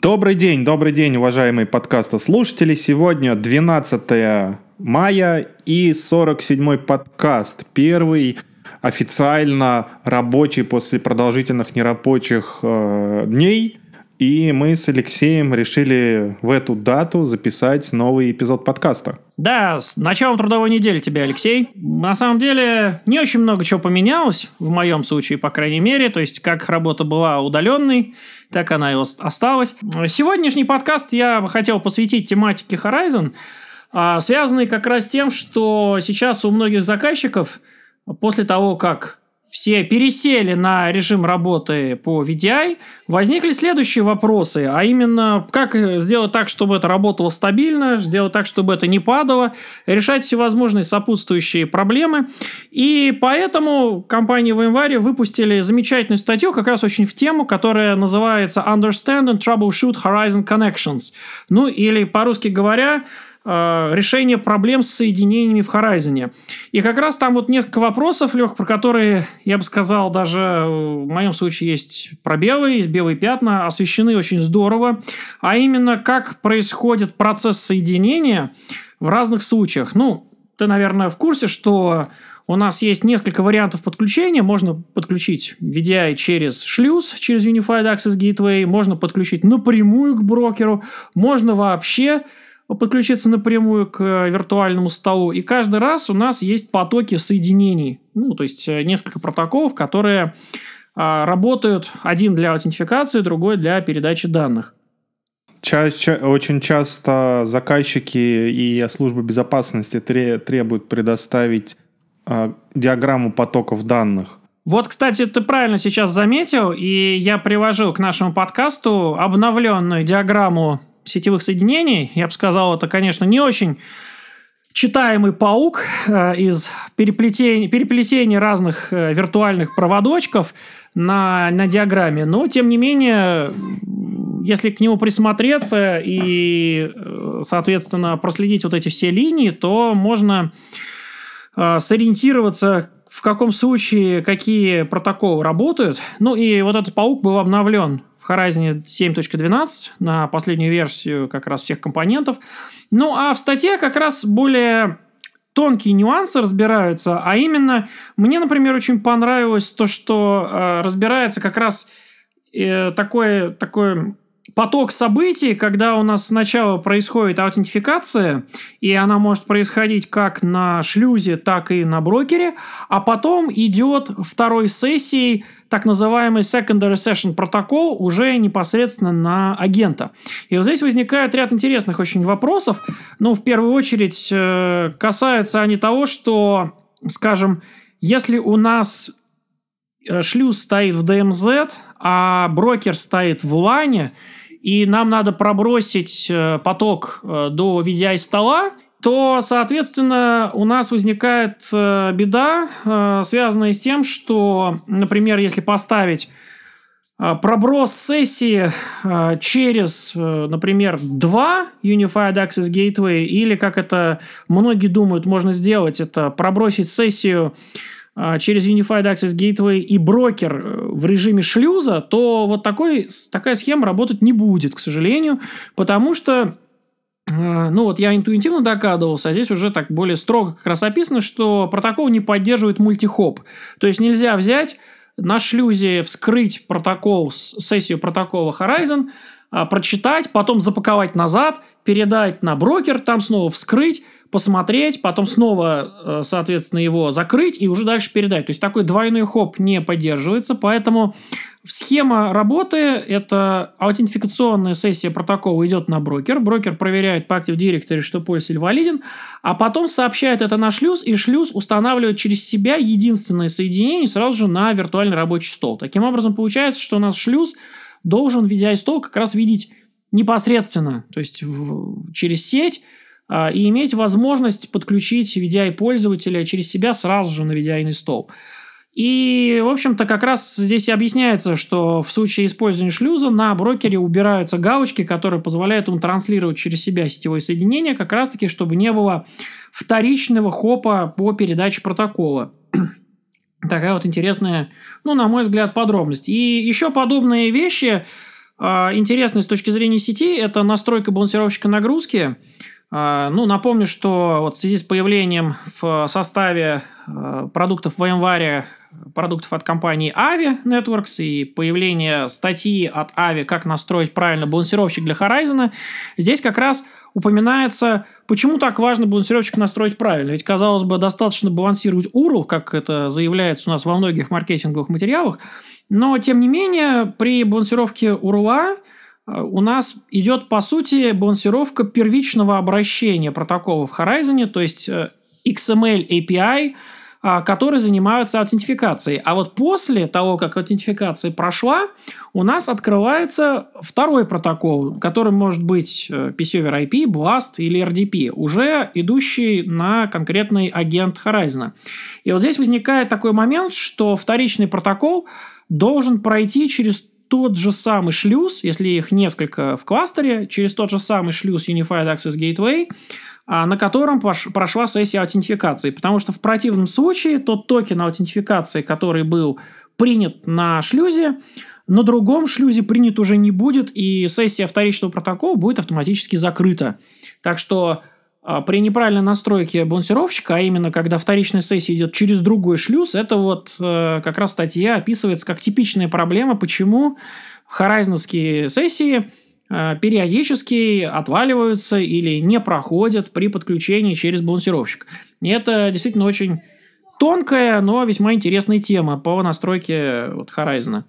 Добрый день, уважаемые подкастослушатели. Сегодня 12 мая и 47-й подкаст. Первый официально рабочий после продолжительных нерабочих дней. И мы с Алексеем решили в эту дату записать новый эпизод подкаста. Да, с началом трудовой недели тебе, Алексей. На самом деле, не очень много чего поменялось, в моем случае, по крайней мере. То есть, как работа была удаленной, так она и осталась. Сегодняшний подкаст я хотел посвятить тематике Horizon, связанной как раз с тем, что сейчас у многих заказчиков, после того, как все пересели на режим работы по VDI, возникли следующие вопросы, а именно, как сделать так, чтобы это работало стабильно, сделать так, чтобы это не падало, решать всевозможные сопутствующие проблемы. И поэтому компания VMware выпустили замечательную статью, как раз очень в тему, которая называется Understand and Troubleshoot Horizon Connections. Ну, или, по-русски говоря, решение проблем с соединениями в Horizon. И как раз там вот несколько вопросов, Лех, про которые, я бы сказал, даже в моем случае есть пробелы, есть белые пятна, освещены очень здорово. А именно, как происходит процесс соединения в разных случаях. Ну, ты, наверное, в курсе, что у нас есть несколько вариантов подключения. Можно подключить VDI через шлюз, через Unified Access Gateway, можно подключить напрямую к брокеру, можно вообще подключиться напрямую к виртуальному столу. И каждый раз у нас есть потоки соединений. Ну, то есть, несколько протоколов, которые работают. Один для аутентификации, другой для передачи данных. Очень часто заказчики и службы безопасности требуют предоставить диаграмму потоков данных. Вот, кстати, ты правильно сейчас заметил, и я привожу к нашему подкасту обновленную диаграмму сетевых соединений. Я бы сказал, это, конечно, не очень читаемый паук из переплетения разных виртуальных проводочков на диаграмме. Но, тем не менее, если к нему присмотреться и, соответственно, проследить вот эти все линии, то можно сориентироваться, в каком случае какие протоколы работают. Ну, и вот этот паук был обновлен в Horizon 7.12 на последнюю версию как раз всех компонентов. Ну, а в статье как раз более тонкие нюансы разбираются, а именно, мне, например, очень понравилось то, что разбирается как раз такой поток событий, когда у нас сначала происходит аутентификация, и она может происходить как на шлюзе, так и на брокере, а потом идет второй сессией так называемый secondary session протокол уже непосредственно на агента. И вот здесь возникает ряд интересных очень вопросов. Ну, в первую очередь, касаются они того, что, скажем, если у нас шлюз стоит в DMZ, а брокер стоит в LAN, и нам надо пробросить поток до VDI-стола, то, соответственно, у нас возникает беда, связанная с тем, что, например, если поставить проброс сессии через, например, 2 Unified Access Gateway, или, как это многие думают, можно сделать, это пробросить сессию через Unified Access Gateway и брокер в режиме шлюза, то вот такая схема работать не будет, к сожалению, потому что, ну вот я интуитивно догадывался, а здесь уже так более строго как раз описано, что протокол не поддерживает мультихоп. То есть нельзя взять на шлюзе, вскрыть сессию протокола Horizon, прочитать, потом запаковать назад, передать на брокер, там снова вскрыть, посмотреть, потом снова, соответственно, его закрыть и уже дальше передать. То есть такой двойной хоп не поддерживается, поэтому схема работы – это аутентификационная сессия протокола идет на брокер, брокер проверяет по Active Directory, что пользователь валиден, а потом сообщает это на шлюз, и шлюз устанавливает через себя единственное соединение сразу же на виртуальный рабочий стол. Таким образом, получается, что у нас шлюз должен VDI-стол как раз видеть непосредственно, то есть через сеть, и иметь возможность подключить VDI-пользователя через себя сразу же на VDI-ный стол. И, в общем-то, как раз здесь и объясняется, что в случае использования шлюза на брокере убираются галочки, которые позволяют ему транслировать через себя сетевое соединение, как раз-таки, чтобы не было вторичного хопа по передаче протокола. Такая вот интересная, ну, на мой взгляд, подробность. И еще подобные вещи интересное с точки зрения сети, это настройка балансировщика нагрузки. Напомню, что вот в связи с появлением в составе продуктов VMware продуктов от компании Avi Networks и появление статьи от Avi «Как настроить правильно балансировщик для Horizon», здесь как раз упоминается, почему так важно балансировщик настроить правильно. Ведь, казалось бы, достаточно балансировать URL, как это заявляется у нас во многих маркетинговых материалах, но, тем не менее, при балансировке URL у нас идет, по сути, балансировка первичного обращения протокола в Horizon, то есть XML API, которые занимаются аутентификацией. А вот после того, как аутентификация прошла, у нас открывается второй протокол, который может быть PC-over IP, BLAST или RDP, уже идущий на конкретный агент Horizon. И вот здесь возникает такой момент, что вторичный протокол должен пройти через тот же самый шлюз, если их несколько в кластере, через тот же самый шлюз Unified Access Gateway, на котором прошла сессия аутентификации. Потому что в противном случае тот токен аутентификации, который был принят на шлюзе, на другом шлюзе принят уже не будет, и сессия вторичного протокола будет автоматически закрыта. Так что при неправильной настройке балансировщика, а именно когда вторичная сессия идет через другой шлюз, это вот как раз статья описывается как типичная проблема, почему Horizon-овские сессии периодически отваливаются или не проходят при подключении через балансировщик. И это действительно очень тонкая, но весьма интересная тема по настройке Horizon.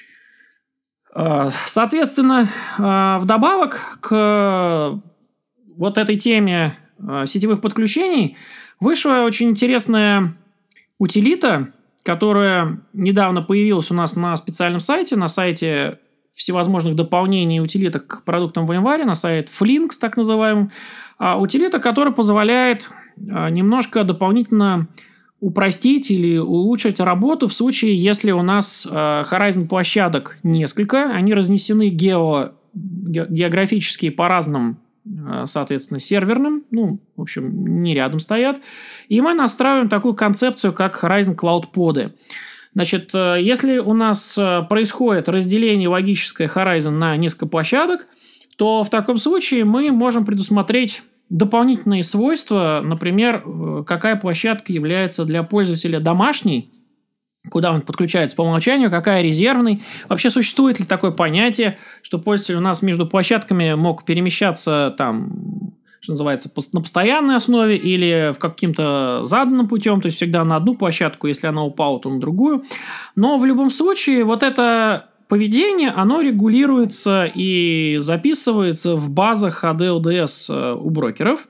Соответственно, вдобавок к вот этой теме сетевых подключений вышла очень интересная утилита, которая недавно появилась у нас на специальном сайте, на сайте всевозможных дополнений и утилиток к продуктам VMware, на сайт Flinks, так называемым. Утилита, которая позволяет немножко дополнительно упростить или улучшить работу в случае, если у нас Horizon площадок несколько, они разнесены географически по разным, соответственно, серверным, в общем, не рядом стоят, и мы настраиваем такую концепцию, как Horizon Cloud Pod. Значит, если у нас происходит разделение логическое Horizon на несколько площадок, то в таком случае мы можем предусмотреть дополнительные свойства, например, какая площадка является для пользователя домашней, куда он подключается по умолчанию, какая резервной. Вообще существует ли такое понятие, что пользователь у нас между площадками мог перемещаться там, что называется, на постоянной основе или в каким-то заданным путем, то есть всегда на одну площадку, если она упала, то на другую. Но в любом случае вот это поведение, оно регулируется и записывается в базах AD/ODS у брокеров.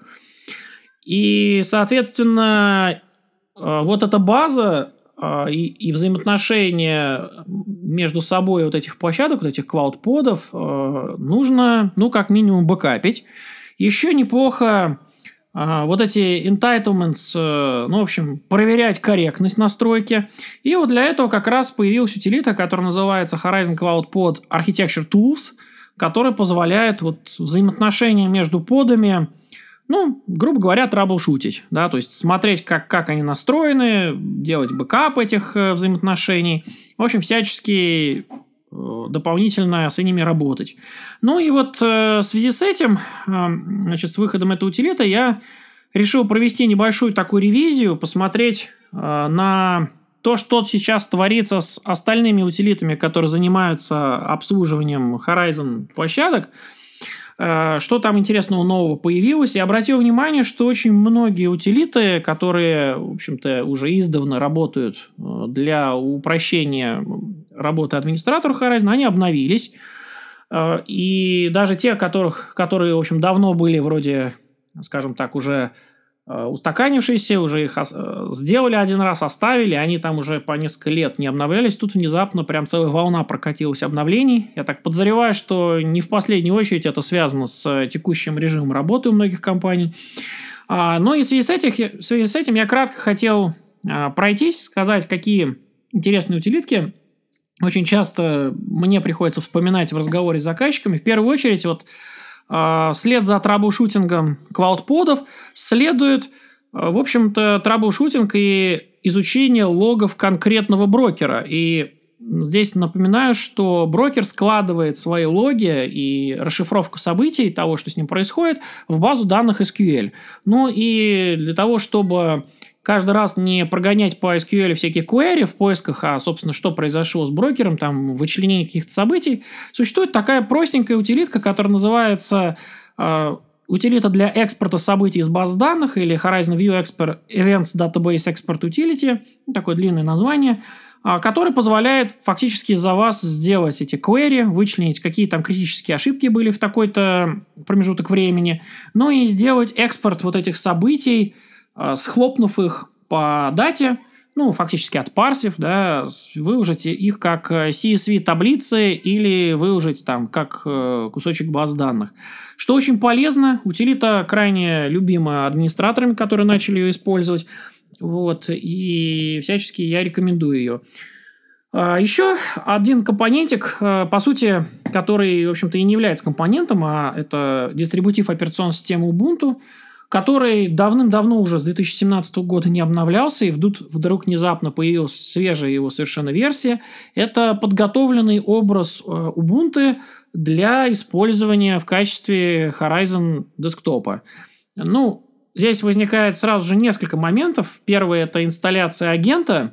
И, соответственно, вот эта база и взаимоотношения между собой вот этих площадок, вот этих клауд-подов нужно, как минимум, бэкапить. Еще неплохо вот эти entitlements, в общем, проверять корректность настройки. И вот для этого как раз появилась утилита, которая называется Horizon Cloud Pod Architecture Tools, которая позволяет взаимоотношения между подами, грубо говоря, траблшутить. Да? То есть смотреть, как они настроены, делать бэкап этих взаимоотношений. В общем, всячески дополнительно с ними работать. И вот в связи с этим, с выходом этой утилиты, я решил провести небольшую такую ревизию, посмотреть на то, что сейчас творится с остальными утилитами, которые занимаются обслуживанием Horizon площадок, что там интересного нового появилось. И обратил внимание, что очень многие утилиты, которые, в общем-то, уже издавна работают для упрощения работы администратора Horizon, они обновились. И даже те, которые, в общем, давно были вроде, скажем так, уже устаканившиеся, уже их сделали один раз, оставили, они там уже по несколько лет не обновлялись. Тут внезапно прям целая волна прокатилась обновлений. Я так подозреваю, что не в последнюю очередь это связано с текущим режимом работы у многих компаний. И в связи с этим я кратко хотел пройтись, сказать, какие интересные утилитки очень часто мне приходится вспоминать в разговоре с заказчиками. В первую очередь, вслед за траблшутингом клауд-подов следует, в общем-то, траблшутинг и изучение логов конкретного брокера. И здесь напоминаю, что брокер складывает свои логи и расшифровку событий, того, что с ним происходит, в базу данных SQL. Ну и для того, чтобы каждый раз не прогонять по SQL всякие query в поисках, а, собственно, что произошло с брокером, там, вычленение каких-то событий, существует такая простенькая утилитка, которая называется утилита для экспорта событий из баз данных или Horizon View Export Events Database Export Utility, такое длинное название, который позволяет фактически за вас сделать эти query, вычленить, какие там критические ошибки были в такой-то промежуток времени, ну и сделать экспорт вот этих событий, схлопнув их по дате, ну, фактически отпарсив, да, выложить их как CSV-таблицы или выложить там как кусочек баз данных. Что очень полезно, утилита крайне любима администраторами, которые начали ее использовать, вот, и всячески я рекомендую ее. Еще один компонентик, по сути, который, в общем-то, и не является компонентом, а это дистрибутив операционной системы Ubuntu, который давным-давно уже с 2017 года не обновлялся, и вдруг внезапно появилась свежая его совершенно версия. Это подготовленный образ Ubuntu для использования в качестве Horizon десктопа. Ну, здесь возникает сразу же несколько моментов. Первый – это инсталляция агента.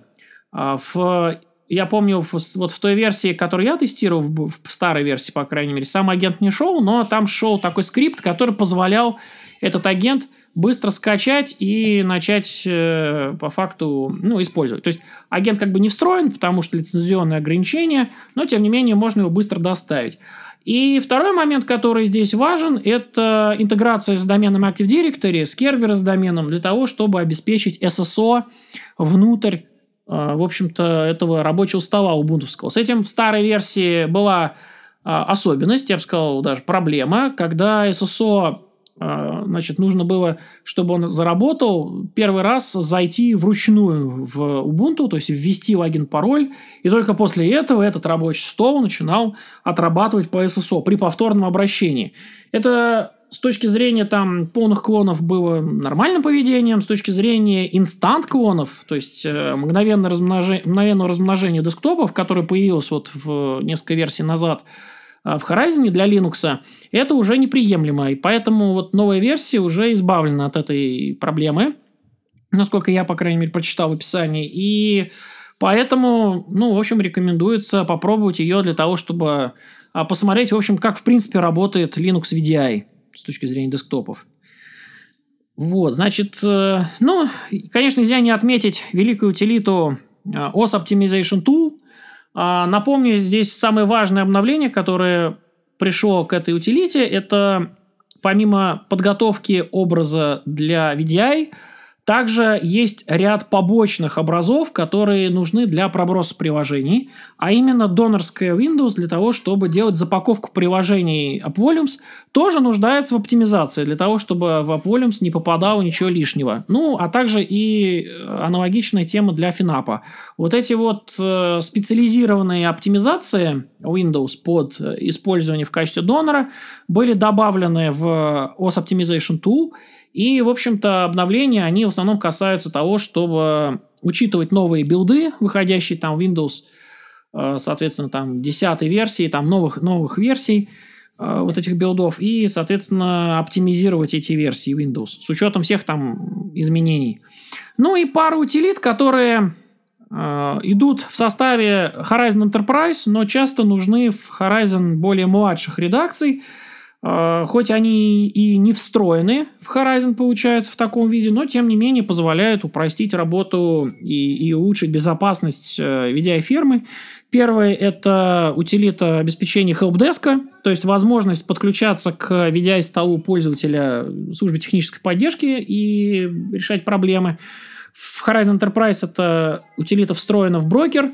Я помню, вот в той версии, которую я тестировал, в старой версии, по крайней мере, сам агент не шел, но там шел такой скрипт, который позволял этот агент быстро скачать и начать по факту использовать. То есть агент как бы не встроен, потому что лицензионные ограничения, но тем не менее можно его быстро доставить. И второй момент, который здесь важен, это интеграция с доменом Active Directory, с Kerberos с доменом, для того, чтобы обеспечить SSO внутрь, в общем-то, этого рабочего стола убунтовского. С этим в старой версии была особенность, я бы сказал, даже проблема, когда SSO, значит, нужно было, чтобы он заработал, первый раз зайти вручную в Ubuntu, то есть ввести логин-пароль, и только после этого этот рабочий стол начинал отрабатывать по SSO при повторном обращении. Это с точки зрения там полных клонов было нормальным поведением, с точки зрения инстант-клонов, то есть мгновенного размножения десктопов, которое появилось вот в несколько версий назад в Horizon для Linux, это уже неприемлемо. И поэтому вот новая версия уже избавлена от этой проблемы, насколько я, по крайней мере, прочитал в описании. И поэтому, в общем, рекомендуется попробовать ее для того, чтобы посмотреть, в общем, как, в принципе, работает Linux VDI с точки зрения десктопов. Вот, значит, конечно, нельзя не отметить великую утилиту OS Optimization Tool. Напомню, здесь самое важное обновление, которое пришло к этой утилите, это помимо подготовки образа для VDI, также есть ряд побочных образов, которые нужны для проброса приложений, а именно донорская Windows для того, чтобы делать запаковку приложений AppVolumes, тоже нуждается в оптимизации для того, чтобы в AppVolumes не попадало ничего лишнего. А также и аналогичная тема для FinApp. Вот эти вот специализированные оптимизации Windows под использование в качестве донора были добавлены в OS Optimization Tool. И, в общем-то, обновления, они в основном касаются того, чтобы учитывать новые билды, выходящие там в Windows, соответственно, там 10-й версии, там новых версий вот этих билдов, и, соответственно, оптимизировать эти версии Windows с учетом всех там изменений. И пару утилит, которые идут в составе Horizon Enterprise, но часто нужны в Horizon более младших редакций. Хоть они и не встроены в Horizon, получается, в таком виде, но, тем не менее, позволяют упростить работу и улучшить безопасность VDI-фермы. Первое – это утилита обеспечения helpdesk, то есть возможность подключаться к VDI-столу пользователя службы технической поддержки и решать проблемы. В Horizon Enterprise это утилита встроена в брокер,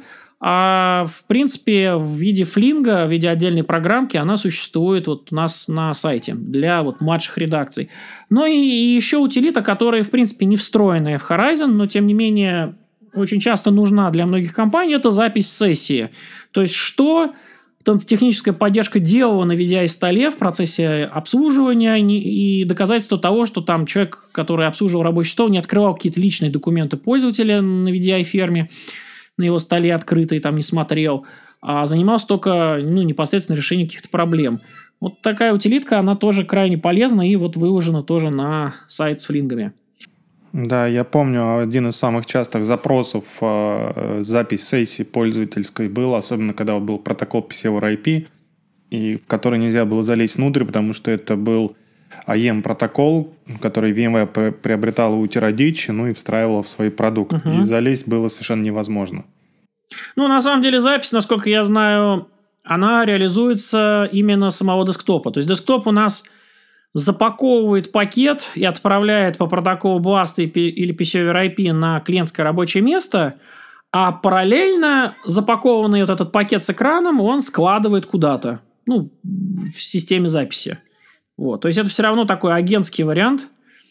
а в принципе в виде флинга, в виде отдельной программки она существует вот у нас на сайте для вот младших редакций. И еще утилита, которая в принципе не встроенная в Horizon, но тем не менее очень часто нужна для многих компаний, это запись сессии. То есть что техническая поддержка делала на VDI-столе в процессе обслуживания и доказательство того, что там человек, который обслуживал рабочий стол, не открывал какие-то личные документы пользователя на VDI-ферме. на его столе открытый, там не смотрел, а занимался только непосредственно решением каких-то проблем. Вот такая утилитка, она тоже крайне полезна и вот выложена тоже на сайт с флингами. Да, я помню, один из самых частых запросов запись сессии пользовательской был, особенно когда был протокол PC over IP, и в который нельзя было залезть внутрь, потому что это был AEM-протокол, который VMware приобретала у Teradata, и встраивала в свой продукт. И залезть было совершенно невозможно. На самом деле запись, насколько я знаю, она реализуется именно с самого десктопа. То есть десктоп у нас запаковывает пакет и отправляет по протоколу BLAST или PC over IP на клиентское рабочее место, а параллельно запакованный вот этот пакет с экраном он складывает куда-то, в системе записи. Вот. То есть это все равно такой агентский вариант,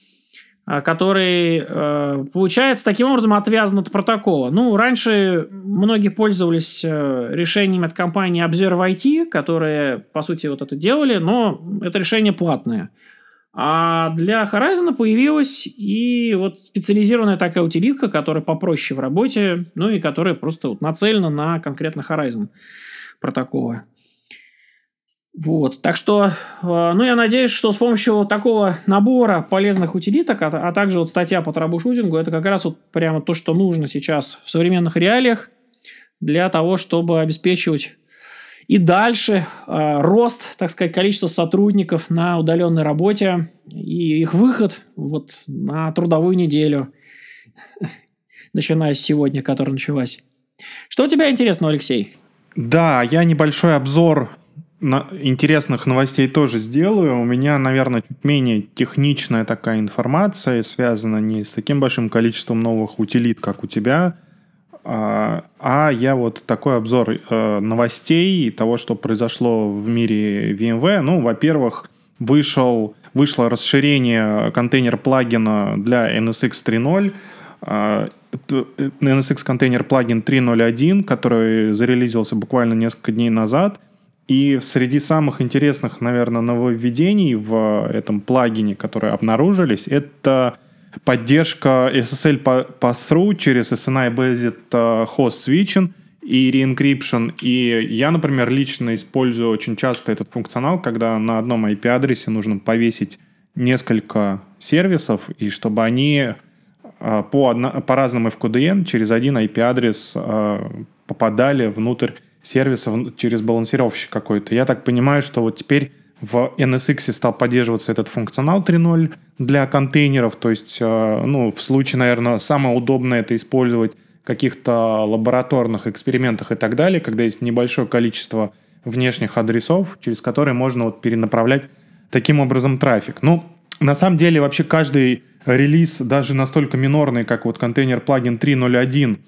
который получается таким образом отвязан от протокола. Раньше многие пользовались решениями от компании Observe IT, которые, по сути, вот это делали, но это решение платное. А для Horizon появилась и вот специализированная такая утилитка, которая попроще в работе, и которая просто нацелена на конкретно Horizon протоколы. Вот, так что, я надеюсь, что с помощью такого набора полезных утилиток, а также вот статья по траблшутингу, это как раз вот прямо то, что нужно сейчас в современных реалиях для того, чтобы обеспечивать и дальше рост, так сказать, количества сотрудников на удаленной работе и их выход вот на трудовую неделю, начиная с сегодня, которая началась. Что у тебя интересного, Алексей? Да, я небольшой обзор интересных новостей тоже сделаю. У меня, наверное, чуть менее техничная такая информация, связана не с таким большим количеством новых утилит, как у тебя, а я вот такой обзор новостей и того, что произошло в мире VMware. Во-первых, вышло расширение контейнер-плагина для NSX 3.0. NSX контейнер плагин 3.0.1, который зарелизился буквально несколько дней назад. И среди самых интересных, наверное, нововведений в этом плагине, которые обнаружились, это поддержка SSL Pass-Through через SNI-Based Host Switching и Re-Encryption. И я, например, лично использую очень часто этот функционал, когда на одном IP-адресе нужно повесить несколько сервисов, и чтобы они по разному FQDN через один IP-адрес попадали внутрь сервисов через балансировщик какой-то. Я так понимаю, что вот теперь в NSX стал поддерживаться этот функционал 3.0 для контейнеров. То есть, в случае, наверное, самое удобное это использовать в каких-то лабораторных экспериментах и так далее, когда есть небольшое количество внешних адресов, через которые можно перенаправлять таким образом трафик. На самом деле, вообще каждый релиз, даже настолько минорный, как вот контейнер-плагин 3.0.1,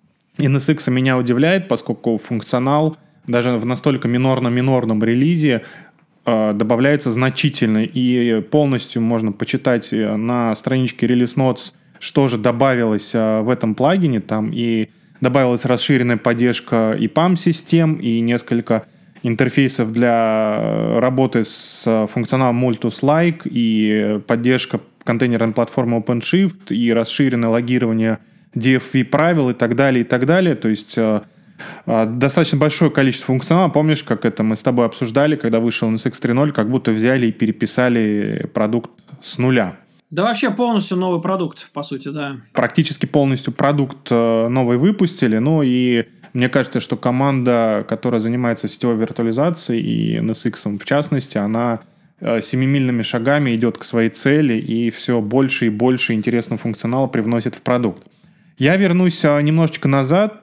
NSX меня удивляет, поскольку функционал даже в настолько минорном релизе добавляется значительно, и полностью можно почитать на страничке Release Notes, что же добавилось в этом плагине. Там и добавилась расширенная поддержка и PAM-систем, и несколько интерфейсов для работы с функционалом Multus-like, и поддержка контейнерной платформы OpenShift, и расширенное логирование DFV правил и так далее, и так далее. То есть достаточно большое количество функционала. Помнишь, как это мы с тобой обсуждали, когда вышел NSX 3.0, как будто взяли и переписали продукт с нуля. Да вообще полностью новый продукт, по сути, да. Практически полностью продукт новый выпустили. И мне кажется, что команда, которая занимается сетевой виртуализацией, и NSX в частности, она семимильными шагами идет к своей цели и все больше и больше интересного функционала привносит в продукт. Я вернусь немножечко назад.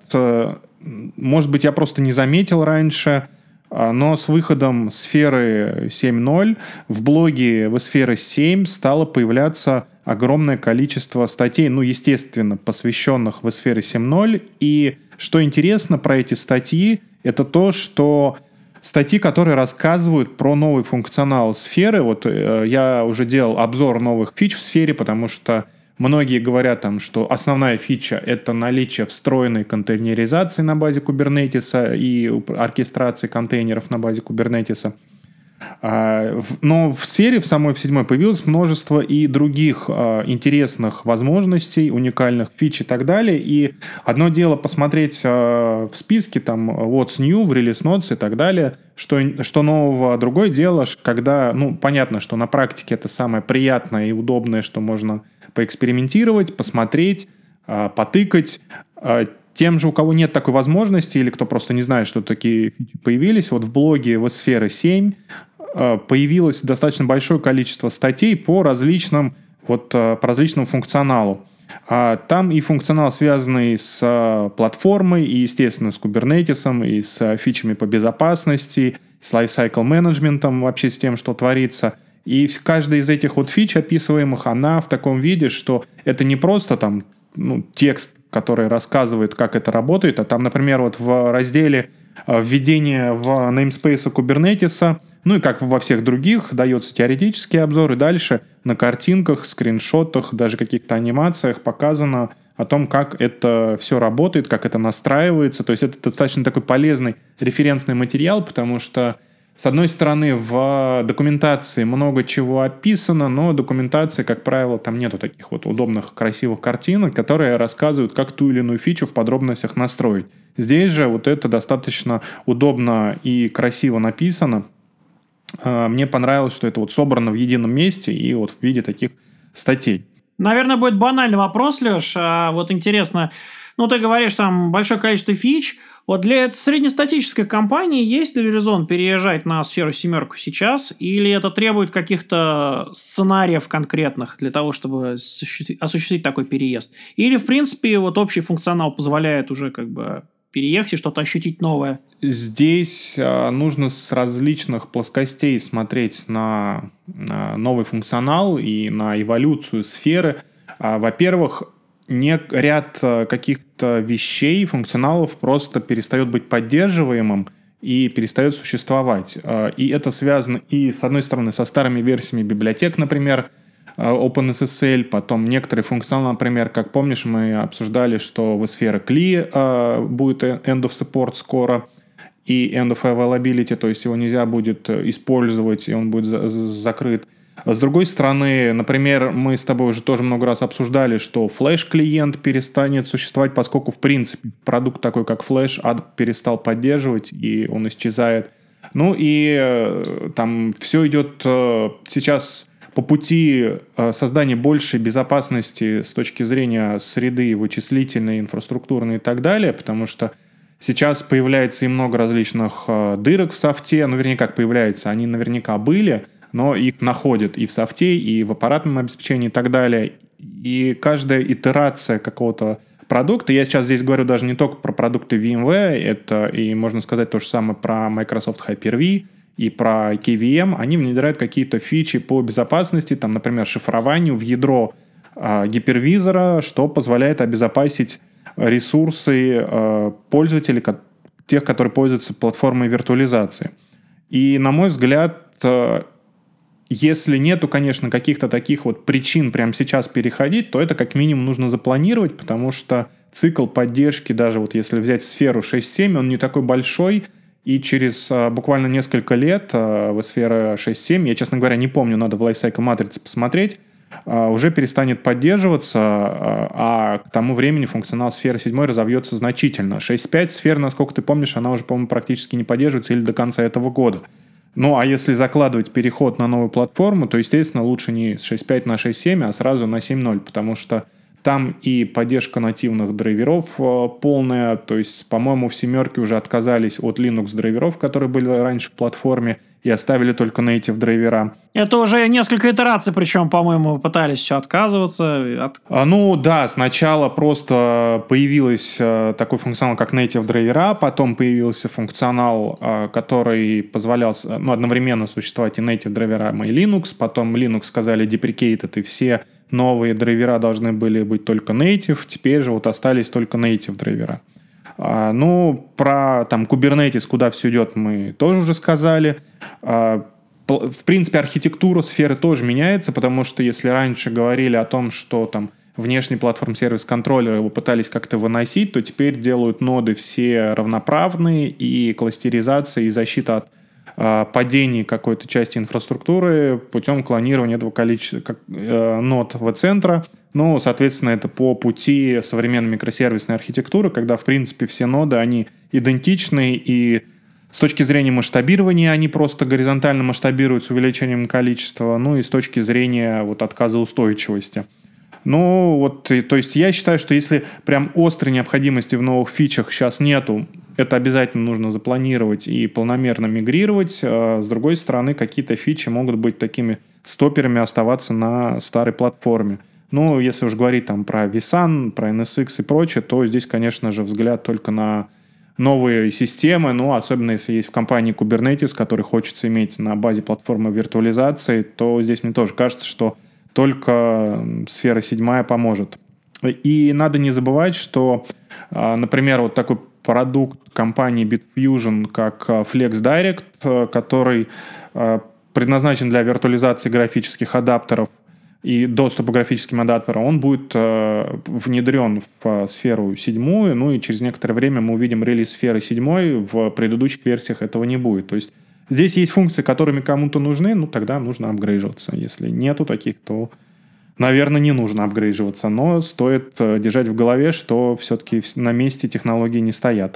Может быть, я просто не заметил раньше, но с выходом сферы 7.0 в блоге vSphere 7 стало появляться огромное количество статей, естественно, посвященных vSphere 7.0. И что интересно про эти статьи, это то, что статьи, которые рассказывают про новый функционал сферы. Вот я уже делал обзор новых фич в сфере, потому что многие говорят, что основная фича — это наличие встроенной контейнеризации на базе Kubernetes и оркестрации контейнеров на базе Kubernetes. Но в сфере, в самой в 7 появилось множество и других интересных возможностей, уникальных фич и так далее. И одно дело посмотреть в списке, там, what's new, в Release Notes и так далее, что нового. Другое дело, когда, понятно, что на практике это самое приятное и удобное, что можно поэкспериментировать, посмотреть, потыкать. Тем же, у кого нет такой возможности, или кто просто не знает, что такие фичи появились, вот в блоге vSphere 7 появилось достаточно большое количество статей по различному функционалу. Там и функционал, связанный с платформой, и, естественно, с Kubernetes, и с фичами по безопасности, с lifecycle менеджментом, вообще с тем, что творится. И каждая из этих вот фич описываемых, она в таком виде, что это не просто там текст, который рассказывает, как это работает, а там, например, вот в разделе введение в namespace Kubernetes, и как во всех других, дается теоретический обзор, и дальше на картинках, скриншотах, даже каких-то анимациях показано о том, как это все работает, как это настраивается. То есть это достаточно такой полезный референсный материал, потому что, с одной стороны, в документации много чего описано, но документации, как правило, там нету таких вот удобных, красивых картинок, которые рассказывают, как ту или иную фичу в подробностях настроить. Здесь же вот это достаточно удобно и красиво написано. Мне понравилось, что это вот собрано в едином месте и вот в виде таких статей. Наверное, будет банальный вопрос, Леш. Вот интересно, ты говоришь, там большое количество фич. Вот для среднестатической компании есть ли резон переезжать на сферу 7 сейчас? Или это требует каких-то сценариев конкретных для того, чтобы осуществить такой переезд? Или, в принципе, вот общий функционал позволяет уже переехать и что-то ощутить новое? Здесь нужно с различных плоскостей смотреть на новый функционал и на эволюцию сферы. Во-первых, ряд каких-то вещей, функционалов просто перестает быть поддерживаемым и перестает существовать. И это связано и, с одной стороны, со старыми версиями библиотек, например, OpenSSL, потом некоторые функционалы, например, как помнишь, мы обсуждали, что в vSphere CLI будет End of Support скоро и End of Availability, то есть его нельзя будет использовать, и он будет закрыт. С другой стороны, например, мы с тобой уже тоже много раз обсуждали, что Flash-клиент перестанет существовать, поскольку, в принципе, продукт такой, как Flash, перестал поддерживать, и он исчезает. И там все идет сейчас по пути создания большей безопасности с точки зрения среды вычислительной, инфраструктурной и так далее, потому что сейчас появляется и много различных дырок в софте, вернее, как появляется, они наверняка были, но их находят и в софте, и в аппаратном обеспечении и так далее. И каждая итерация какого-то продукта, я сейчас здесь говорю даже не только про продукты VMware, это и можно сказать то же самое про Microsoft Hyper-V и про KVM, они внедряют какие-то фичи по безопасности, там, например, шифрованию в ядро гипервизора, что позволяет обезопасить ресурсы пользователей, тех, которые пользуются платформой виртуализации. И, на мой взгляд, если нету, конечно, каких-то таких вот причин прямо сейчас переходить, то это как минимум нужно запланировать, потому что цикл поддержки, даже вот если взять сферу 6.7, он не такой большой, и через буквально несколько лет в сфере 6.7, я, честно говоря, не помню, надо в Lifecycle матрице посмотреть, уже перестанет поддерживаться, а к тому времени функционал сферы 7 разовьется значительно. 6.5 сфера, насколько ты помнишь, она уже, по-моему, практически не поддерживается или до конца этого года. А если закладывать переход на новую платформу, то, естественно, лучше не с 6.5 на 6.7, а сразу на 7.0, потому что там и поддержка нативных драйверов полная, то есть, по-моему, в 7 уже отказались от Linux драйверов, которые были раньше в платформе, и оставили только native драйвера. Это уже несколько итераций, причем, по-моему, пытались все отказываться. Да, сначала просто появился такой функционал, как native драйвера, потом появился функционал, который позволял одновременно существовать и native драйверам, и Linux, потом Linux сказали deprecated, и все новые драйвера должны были быть только native, теперь же вот остались только native драйвера. Про Kubernetes, куда все идет, мы тоже уже сказали. В принципе, архитектура сферы тоже меняется, потому что если раньше говорили о том, что внешний платформ-сервис-контроллер его пытались как-то выносить, то теперь делают ноды все равноправные, и кластеризация, и защита от падении какой-то части инфраструктуры путем клонирования этого количества нод в центра. Ну, соответственно, это по пути современной микросервисной архитектуры, когда, в принципе, все ноды, они идентичны, и с точки зрения масштабирования они просто горизонтально масштабируются увеличением количества, ну и с точки зрения вот отказоустойчивости. Ну, вот, то есть я считаю, что если прям острой необходимости в новых фичах сейчас нету, это обязательно нужно запланировать и планомерно мигрировать. С другой стороны, какие-то фичи могут быть такими стоперами, оставаться на старой платформе. Ну, если уж говорить там про vSAN, про NSX и прочее, то здесь, конечно же, взгляд только на новые системы, ну, особенно если есть в компании Kubernetes, который хочется иметь на базе платформы виртуализации, то здесь мне тоже кажется, что только сфера 7 поможет. И надо не забывать, что, например, вот такой продукт компании Bitfusion, как FlexDirect, который предназначен для виртуализации графических адаптеров и доступа к графическим адаптерам, он будет внедрен в сферу 7, ну и через некоторое время мы увидим релиз сферы 7, в предыдущих версиях этого не будет. То есть здесь есть функции, которыми кому-то нужны, ну тогда нужно апгрейживаться. Если нету таких, то, наверное, не нужно апгрейживаться, но стоит держать в голове, что все-таки на месте технологии не стоят.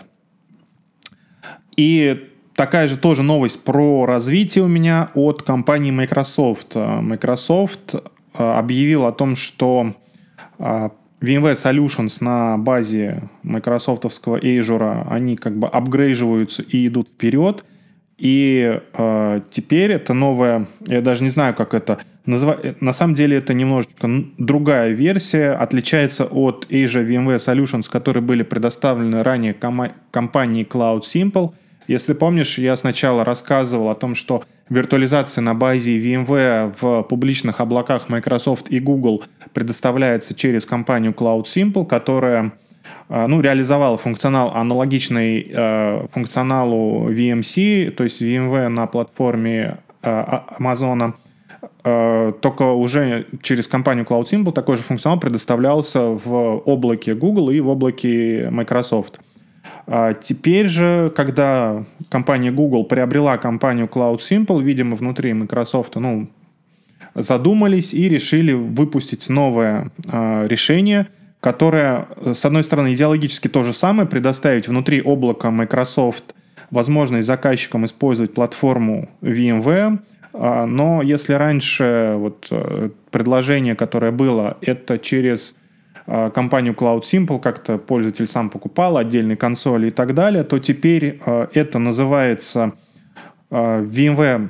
И такая же тоже новость про развитие у меня от компании Microsoft. Microsoft объявил о том, что VMware Solutions на базе майкрософтовского Azure, они как бы апгрейживаются и идут вперед. И теперь это новая, я даже не знаю, как это называть. На самом деле это немножечко другая версия, отличается от Azure VMware Solutions, которые были предоставлены ранее компанией CloudSimple. Если помнишь, я сначала рассказывал о том, что виртуализация на базе VMware в публичных облаках Microsoft и Google предоставляется через компанию CloudSimple, которая реализовала функционал, аналогичный функционалу VMC, то есть VMware на платформе Amazon, только уже через компанию CloudSimple такой же функционал предоставлялся в облаке Google и в облаке Microsoft. Теперь же, когда компания Google приобрела компанию CloudSimple, видимо, внутри Microsoft задумались и решили выпустить новое решение, которое, с одной стороны, идеологически то же самое, предоставить внутри облака Microsoft возможность заказчикам использовать платформу VMware, но если раньше предложение, которое было, это через компанию CloudSimple, как-то пользователь сам покупал отдельные консоли и так далее, то теперь это называется VMware,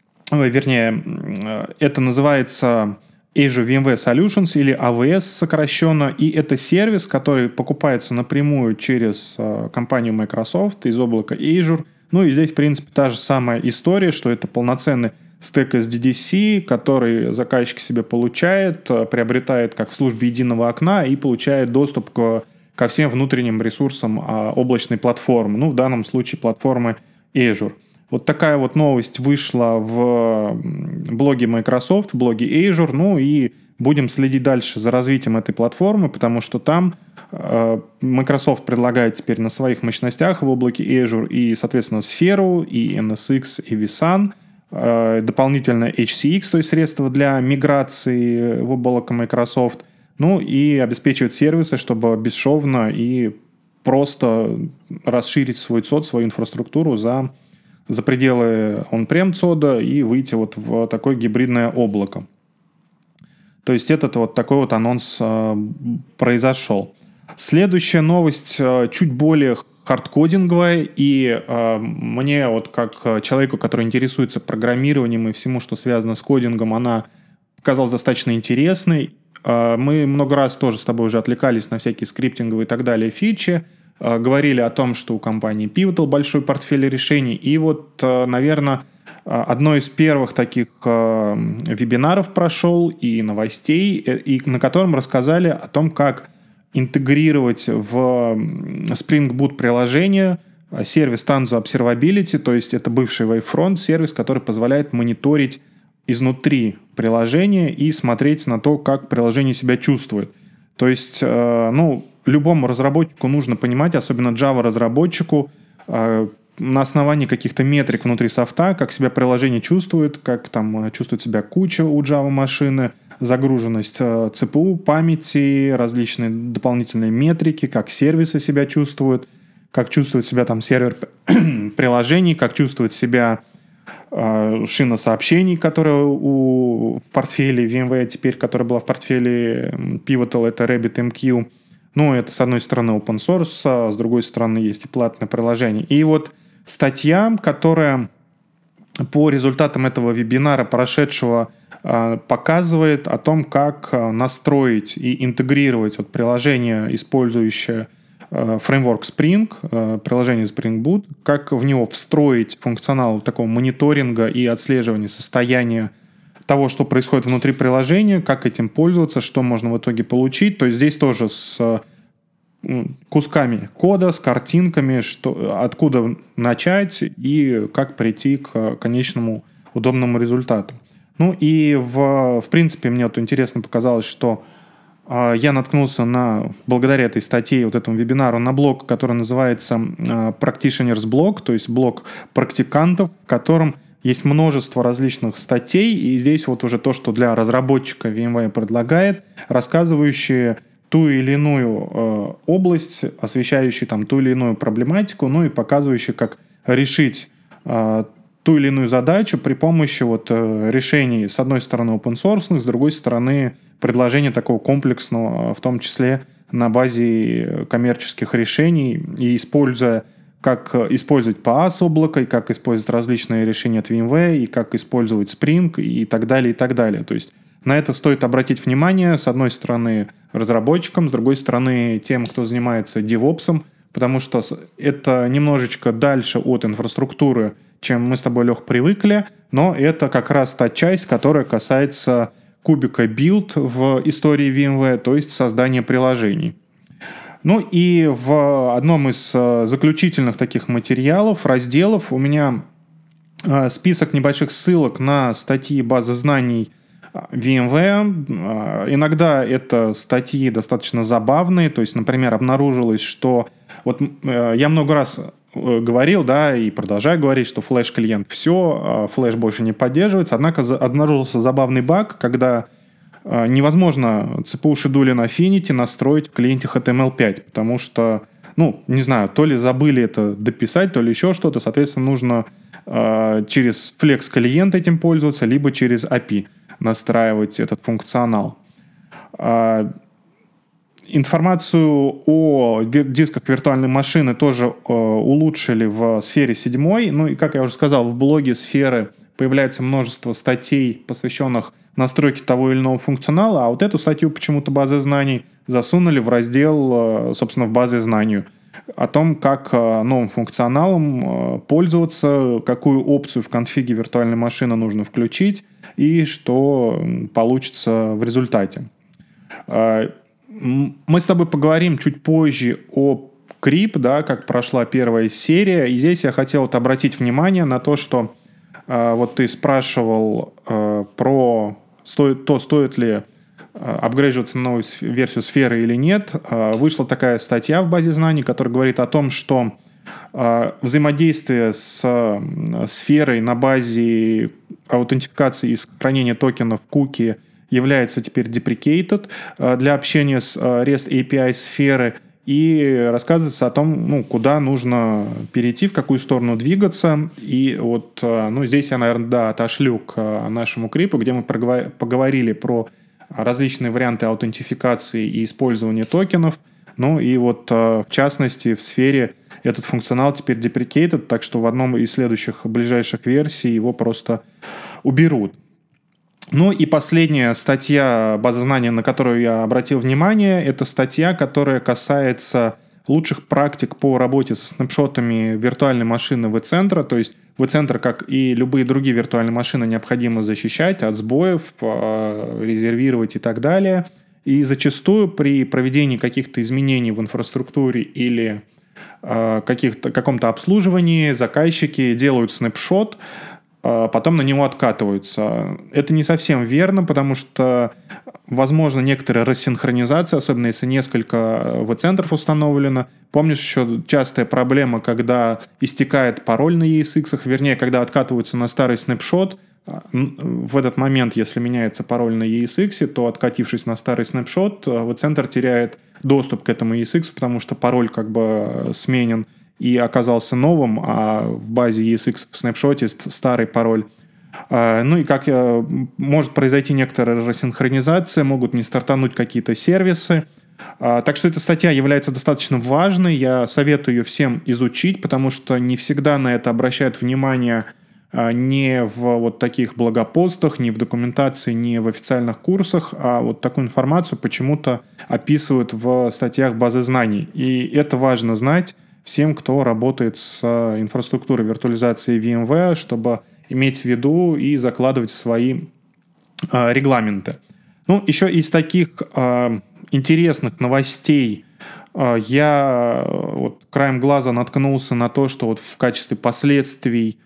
это называется Azure VMware Solutions или AVS сокращенно, и это сервис, который покупается напрямую через компанию Microsoft из облака Azure. Ну и здесь, в принципе, та же самая история, что это полноценный стек SDDC, который заказчик себе получает, приобретает как в службе единого окна и получает доступ ко всем внутренним ресурсам облачной платформы, в данном случае платформы Azure. Вот такая вот новость вышла в блоге Microsoft, в блоге Azure, и будем следить дальше за развитием этой платформы, потому что там Microsoft предлагает теперь на своих мощностях в облаке Azure и, соответственно, сферу, и NSX, и vSAN, дополнительно HCX, то есть средства для миграции в облако Microsoft, и обеспечивать сервисы, чтобы бесшовно и просто расширить свой ЦОД, свою инфраструктуру за пределы on-prem ЦОДа и выйти в такое гибридное облако. То есть этот такой анонс произошел. Следующая новость чуть более хардкодинговая, и мне как человеку, который интересуется программированием и всему, что связано с кодингом, она показалась достаточно интересной. Мы много раз тоже с тобой уже отвлекались на всякие скриптинговые и так далее фичи, говорили о том, что у компании Pivotal большой портфель решений, и наверное, одно из первых таких вебинаров прошел и новостей, и на котором рассказали о том, как интегрировать в Spring Boot приложение сервис Tanzu Observability, то есть это бывший Wavefront сервис, который позволяет мониторить изнутри приложения и смотреть на то, как приложение себя чувствует. То есть, любому разработчику нужно понимать, особенно Java-разработчику, на основании каких-то метрик внутри софта, как себя приложение чувствует, как там чувствует себя куча у Java машины, загруженность ЦПУ, памяти, различные дополнительные метрики, как сервисы себя чувствуют, как чувствует себя там сервер приложений, как чувствует себя шина сообщений, которая в портфеле VMware теперь, которая была в портфеле Pivotal, это RabbitMQ. Ну, это, с одной стороны, open source, а с другой стороны, есть и платное приложение. И вот статья, которая по результатам этого вебинара прошедшего показывает о том, как настроить и интегрировать вот приложение, использующее фреймворк Spring, приложение Spring Boot, как в него встроить функционал такого мониторинга и отслеживания состояния того, что происходит внутри приложения, как этим пользоваться, что можно в итоге получить. То есть здесь тоже с кусками кода, с картинками, откуда начать и как прийти к конечному удобному результату. Ну и в принципе мне вот интересно показалось, что я наткнулся благодаря этой статье, вот этому вебинару, на блог, который называется Practitioners Blog, то есть блог практикантов, в котором есть множество различных статей, и здесь вот уже то, что для разработчика VMware предлагает, рассказывающие ту или иную область, освещающие там ту или иную проблематику, ну и показывающие, как решить ту или иную задачу при помощи вот решений, с одной стороны, open-source, с другой стороны, предложения такого комплексного, в том числе на базе коммерческих решений, и как использовать PaaS облако, и как использовать различные решения от VMware, и как использовать Spring, и так далее, и так далее. То есть на это стоит обратить внимание, с одной стороны, разработчикам, с другой стороны, тем, кто занимается DevOps, потому что это немножечко дальше от инфраструктуры, чем мы с тобой, Лех, привыкли, но это как раз та часть, которая касается кубика build в истории VMware, то есть создания приложений. Ну и в одном из заключительных таких материалов, разделов, у меня список небольших ссылок на статьи базы знаний VMware. Иногда это статьи достаточно забавные, то есть, например, обнаружилось, что вот я много раз говорил, да, и продолжаю говорить, что флеш-клиент все, флеш больше не поддерживается, однако обнаружился забавный баг, когда невозможно CPU шедуле на Affinity настроить в клиенте HTML5, потому что, не знаю, то ли забыли это дописать, то ли еще что-то, соответственно, нужно через Flex клиент этим пользоваться, либо через API настраивать этот функционал. Информацию о дисках виртуальной машины тоже улучшили в сфере 7. Ну и, как я уже сказал, в блоге сферы появляется множество статей, посвященных настройке того или иного функционала, а вот эту статью почему-то базы знаний засунули в раздел, собственно, в базе знаний о том, как новым функционалом пользоваться, какую опцию в конфиге виртуальной машины нужно включить и что получится в результате. Мы с тобой поговорим чуть позже о Крip, да, как прошла первая серия. И здесь я хотел обратить внимание на то, что вот ты спрашивал стоит ли апгрейдживаться на новую версию сферы или нет. Вышла такая статья в базе знаний, которая говорит о том, что взаимодействие с сферой на базе аутентификации и сохранения токенов куки является теперь deprecated для общения с REST API сферы, и рассказывается о том, куда нужно перейти, в какую сторону двигаться. И вот здесь я, наверное, отошлю к нашему крипу, где мы поговорили про различные варианты аутентификации и использования токенов. Ну и вот в частности в сфере этот функционал теперь deprecated, так что в одном из следующих ближайших версий его просто уберут. Ну и последняя статья базы знаний, на которую я обратил внимание, это статья, которая касается лучших практик по работе со снапшотами виртуальной машины vCenter. То есть vCenter, как и любые другие виртуальные машины, необходимо защищать от сбоев, резервировать и так далее. И зачастую при проведении каких-то изменений в инфраструктуре или каком-то обслуживании заказчики делают снапшот потом на него откатываются. Это не совсем верно, потому что возможно некоторая рассинхронизация, особенно если несколько V-центров установлено. Помнишь еще частая проблема, когда истекает пароль на ESX, вернее, когда откатываются на старый снапшот. В этот момент, если меняется пароль на ESX, то, откатившись на старый снапшот, V-центр теряет доступ к этому ESX, потому что пароль как бы сменен и оказался новым, а в базе ESX в снапшоте старый пароль. Ну и как может произойти некоторая рассинхронизация, могут не стартануть какие-то сервисы. Так что эта статья является достаточно важной. Я советую ее всем изучить, потому что не всегда на это обращают внимание не в вот таких блогопостах, не в документации, не в официальных курсах, а вот такую информацию почему-то описывают в статьях базы знаний. И это важно знать всем, кто работает с инфраструктурой виртуализации VMware, чтобы иметь в виду и закладывать в свои регламенты. Ну, еще из таких интересных новостей я вот краем глаза наткнулся на то, что вот в качестве последствий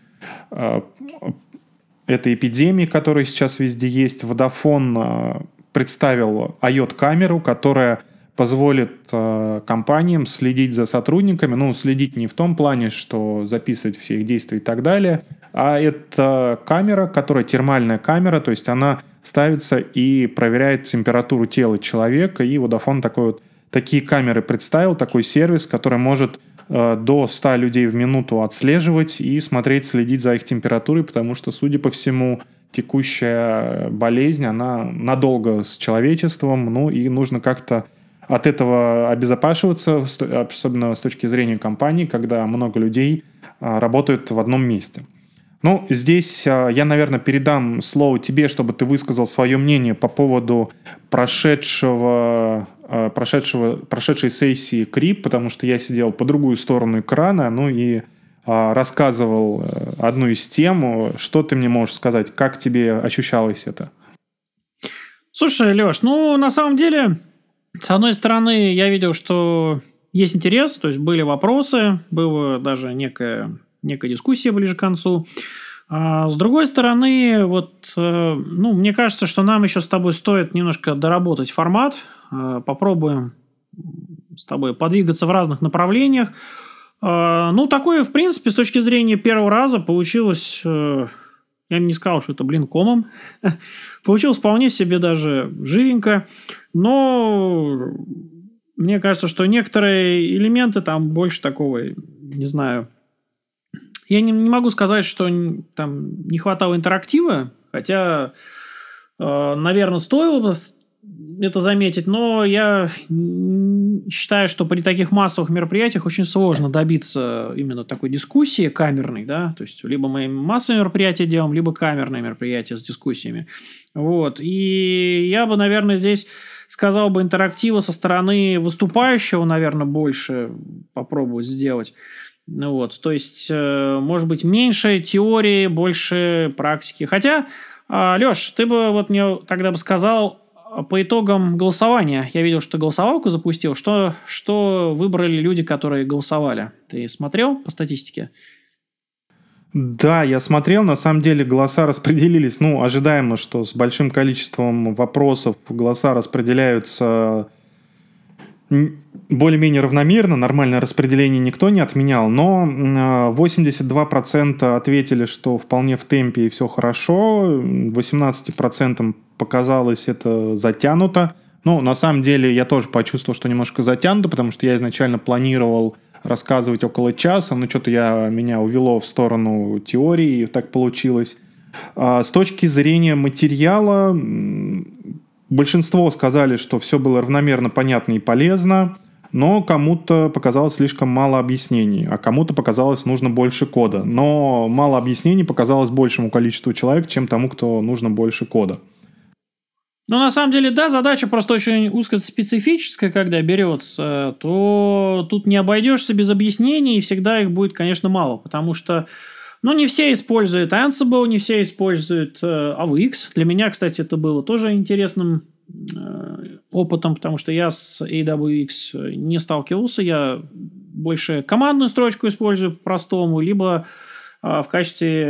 этой эпидемии, которая сейчас везде есть, Vodafone представил IoT-камеру, которая позволит компаниям следить за сотрудниками, ну, следить не в том плане, что записывать все их действия и так далее, а это камера, которая термальная камера, то есть она ставится и проверяет температуру тела человека, и Vodafone такие камеры представил, такой сервис, который может до 100 людей в минуту отслеживать и следить за их температурой, потому что, судя по всему, текущая болезнь, она надолго с человечеством, ну и нужно как-то от этого обезопасиваться, особенно с точки зрения компании, когда много людей работают в одном месте. Ну, здесь я, наверное, передам слово тебе, чтобы ты высказал свое мнение по поводу прошедшей сессии КРИП, потому что я сидел по другую сторону экрана, ну и рассказывал одну из тем. Что ты мне можешь сказать? Как тебе ощущалось это? Слушай, Леш, ну, на самом деле, с одной стороны, я видел, что есть интерес, то есть были вопросы, была даже некая дискуссия ближе к концу. А с другой стороны, мне кажется, что нам еще с тобой стоит немножко доработать формат. Попробуем с тобой подвигаться в разных направлениях. Такое, в принципе, с точки зрения первого раза получилось... Я бы не сказал, что это, комом. Получилось вполне себе даже живенько. Но мне кажется, что некоторые элементы там больше такого, не знаю... Я не могу сказать, что там не хватало интерактива, хотя, наверное, стоило это заметить, но я считаю, что при таких массовых мероприятиях очень сложно добиться именно такой дискуссии камерной, да, то есть либо мы массовые мероприятия делаем, либо камерные мероприятия с дискуссиями. Вот. И я бы, наверное, здесь сказал бы интерактива со стороны выступающего, наверное, больше попробовать сделать. То есть, может быть, меньше теории, больше практики. Хотя, Леш, ты бы мне тогда бы сказал по итогам голосования. Я видел, что ты голосовалку запустил. Что выбрали люди, которые голосовали? Ты смотрел по статистике? Да, я смотрел. На самом деле голоса распределились. Ожидаемо, что с большим количеством вопросов голоса распределяются более-менее равномерно, нормальное распределение никто не отменял, но 82% ответили, что вполне в темпе и все хорошо, 18% показалось это затянуто. На самом деле я тоже почувствовал, что немножко затянуто, потому что я изначально планировал рассказывать около часа, но что-то меня увело в сторону теории, и так получилось. С точки зрения материала, большинство сказали, что все было равномерно понятно и полезно, но кому-то показалось слишком мало объяснений, а кому-то показалось нужно больше кода. Но мало объяснений показалось большему количеству человек, чем тому, кто нужно больше кода. На самом деле, да, задача просто очень узкоспецифическая, когда берется, то тут не обойдешься без объяснений, и всегда их будет, конечно, мало, потому что не все используют Ansible, не все используют AVX. Для меня, кстати, это было тоже интересным опытом, потому что я с AWX не сталкивался. Я больше командную строчку использую по-простому, либо в качестве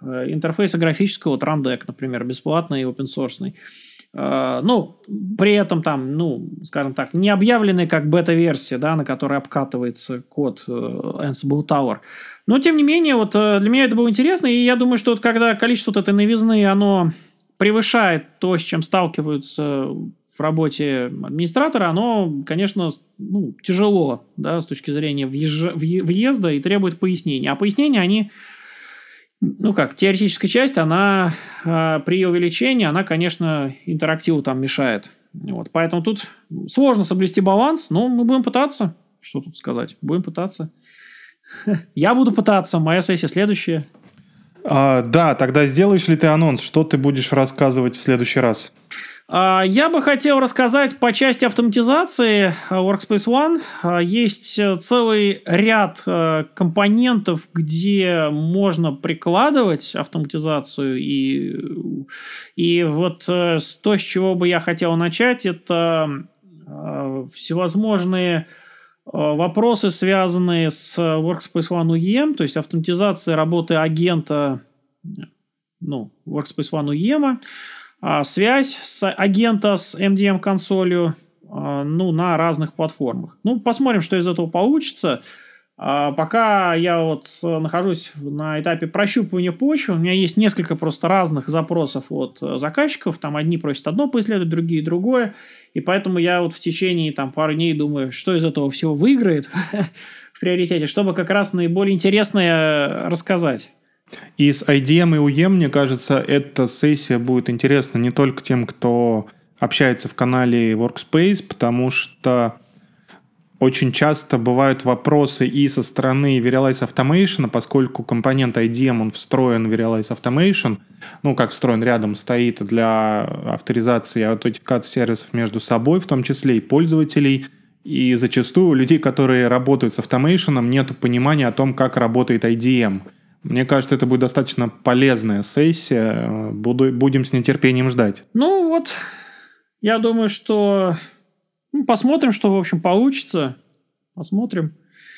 интерфейса графического Trandec, например, бесплатный и open-source. При этом там, скажем так, не объявленный как бета-версия, да, на которой обкатывается код Ansible Tower. Но, тем не менее, вот для меня это было интересно, и я думаю, что вот когда количество вот этой новизны, оно превышает то, с чем сталкиваются в работе администратора, оно, конечно, тяжело, да, с точки зрения въезда и требует пояснений. А пояснения, они... теоретическая часть, она при ее увеличении, она, конечно, интерактиву там мешает. Вот. Поэтому тут сложно соблюсти баланс, но мы будем пытаться. Что тут сказать? Будем пытаться. Я буду пытаться, моя сессия следующая. Да, тогда сделаешь ли ты анонс? Что ты будешь рассказывать в следующий раз? Я бы хотел рассказать по части автоматизации Workspace ONE. Есть целый ряд компонентов, где можно прикладывать автоматизацию. И вот то, с чего бы я хотел начать, это всевозможные вопросы, связанные с Workspace ONE UEM, то есть автоматизация работы агента Workspace ONE UEM, связь с агента с MDM-консолью на разных платформах. Посмотрим, что из этого получится. Пока я вот нахожусь на этапе прощупывания почвы, у меня есть несколько просто разных запросов от заказчиков. Там одни просят одно поисследовать, другие другое. И поэтому я вот в течение пары дней думаю, что из этого всего выиграет в приоритете, чтобы как раз наиболее интересное рассказать. И с IDM и UEM, мне кажется, эта сессия будет интересна не только тем, кто общается в канале Workspace, потому что очень часто бывают вопросы и со стороны Verialize Automation, поскольку компонент IDM, он встроен в Verialize Automation, как встроен рядом стоит для авторизации и аутентификации сервисов между собой, в том числе и пользователей. И зачастую у людей, которые работают с Automation, нет понимания о том, как работает IDM. Мне кажется, это будет достаточно полезная сессия. Будем с нетерпением ждать. Я думаю, что... посмотрим, что, в общем, получится. Посмотрим.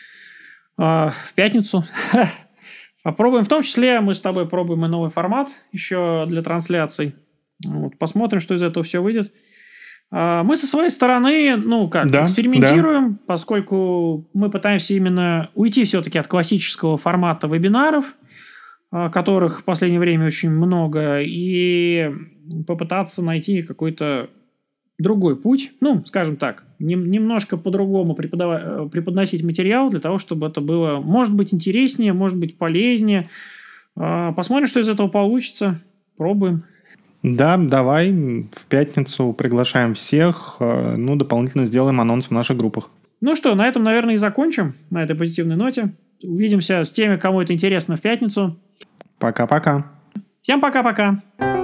В пятницу. Попробуем. В том числе мы с тобой пробуем и новый формат еще для трансляций. Посмотрим, что из этого все выйдет. Мы со своей стороны, экспериментируем, поскольку мы пытаемся именно уйти все-таки от классического формата вебинаров, которых в последнее время очень много, и попытаться найти какой-то другой путь, скажем так, немножко по-другому преподносить материал для того, чтобы это было, может быть, интереснее, может быть, полезнее. Посмотрим, что из этого получится. Пробуем. Да, давай в пятницу приглашаем всех. Дополнительно сделаем анонс в наших группах. На этом, наверное, и закончим, на этой позитивной ноте. Увидимся с теми, кому это интересно, в пятницу. Пока-пока. Всем пока-пока.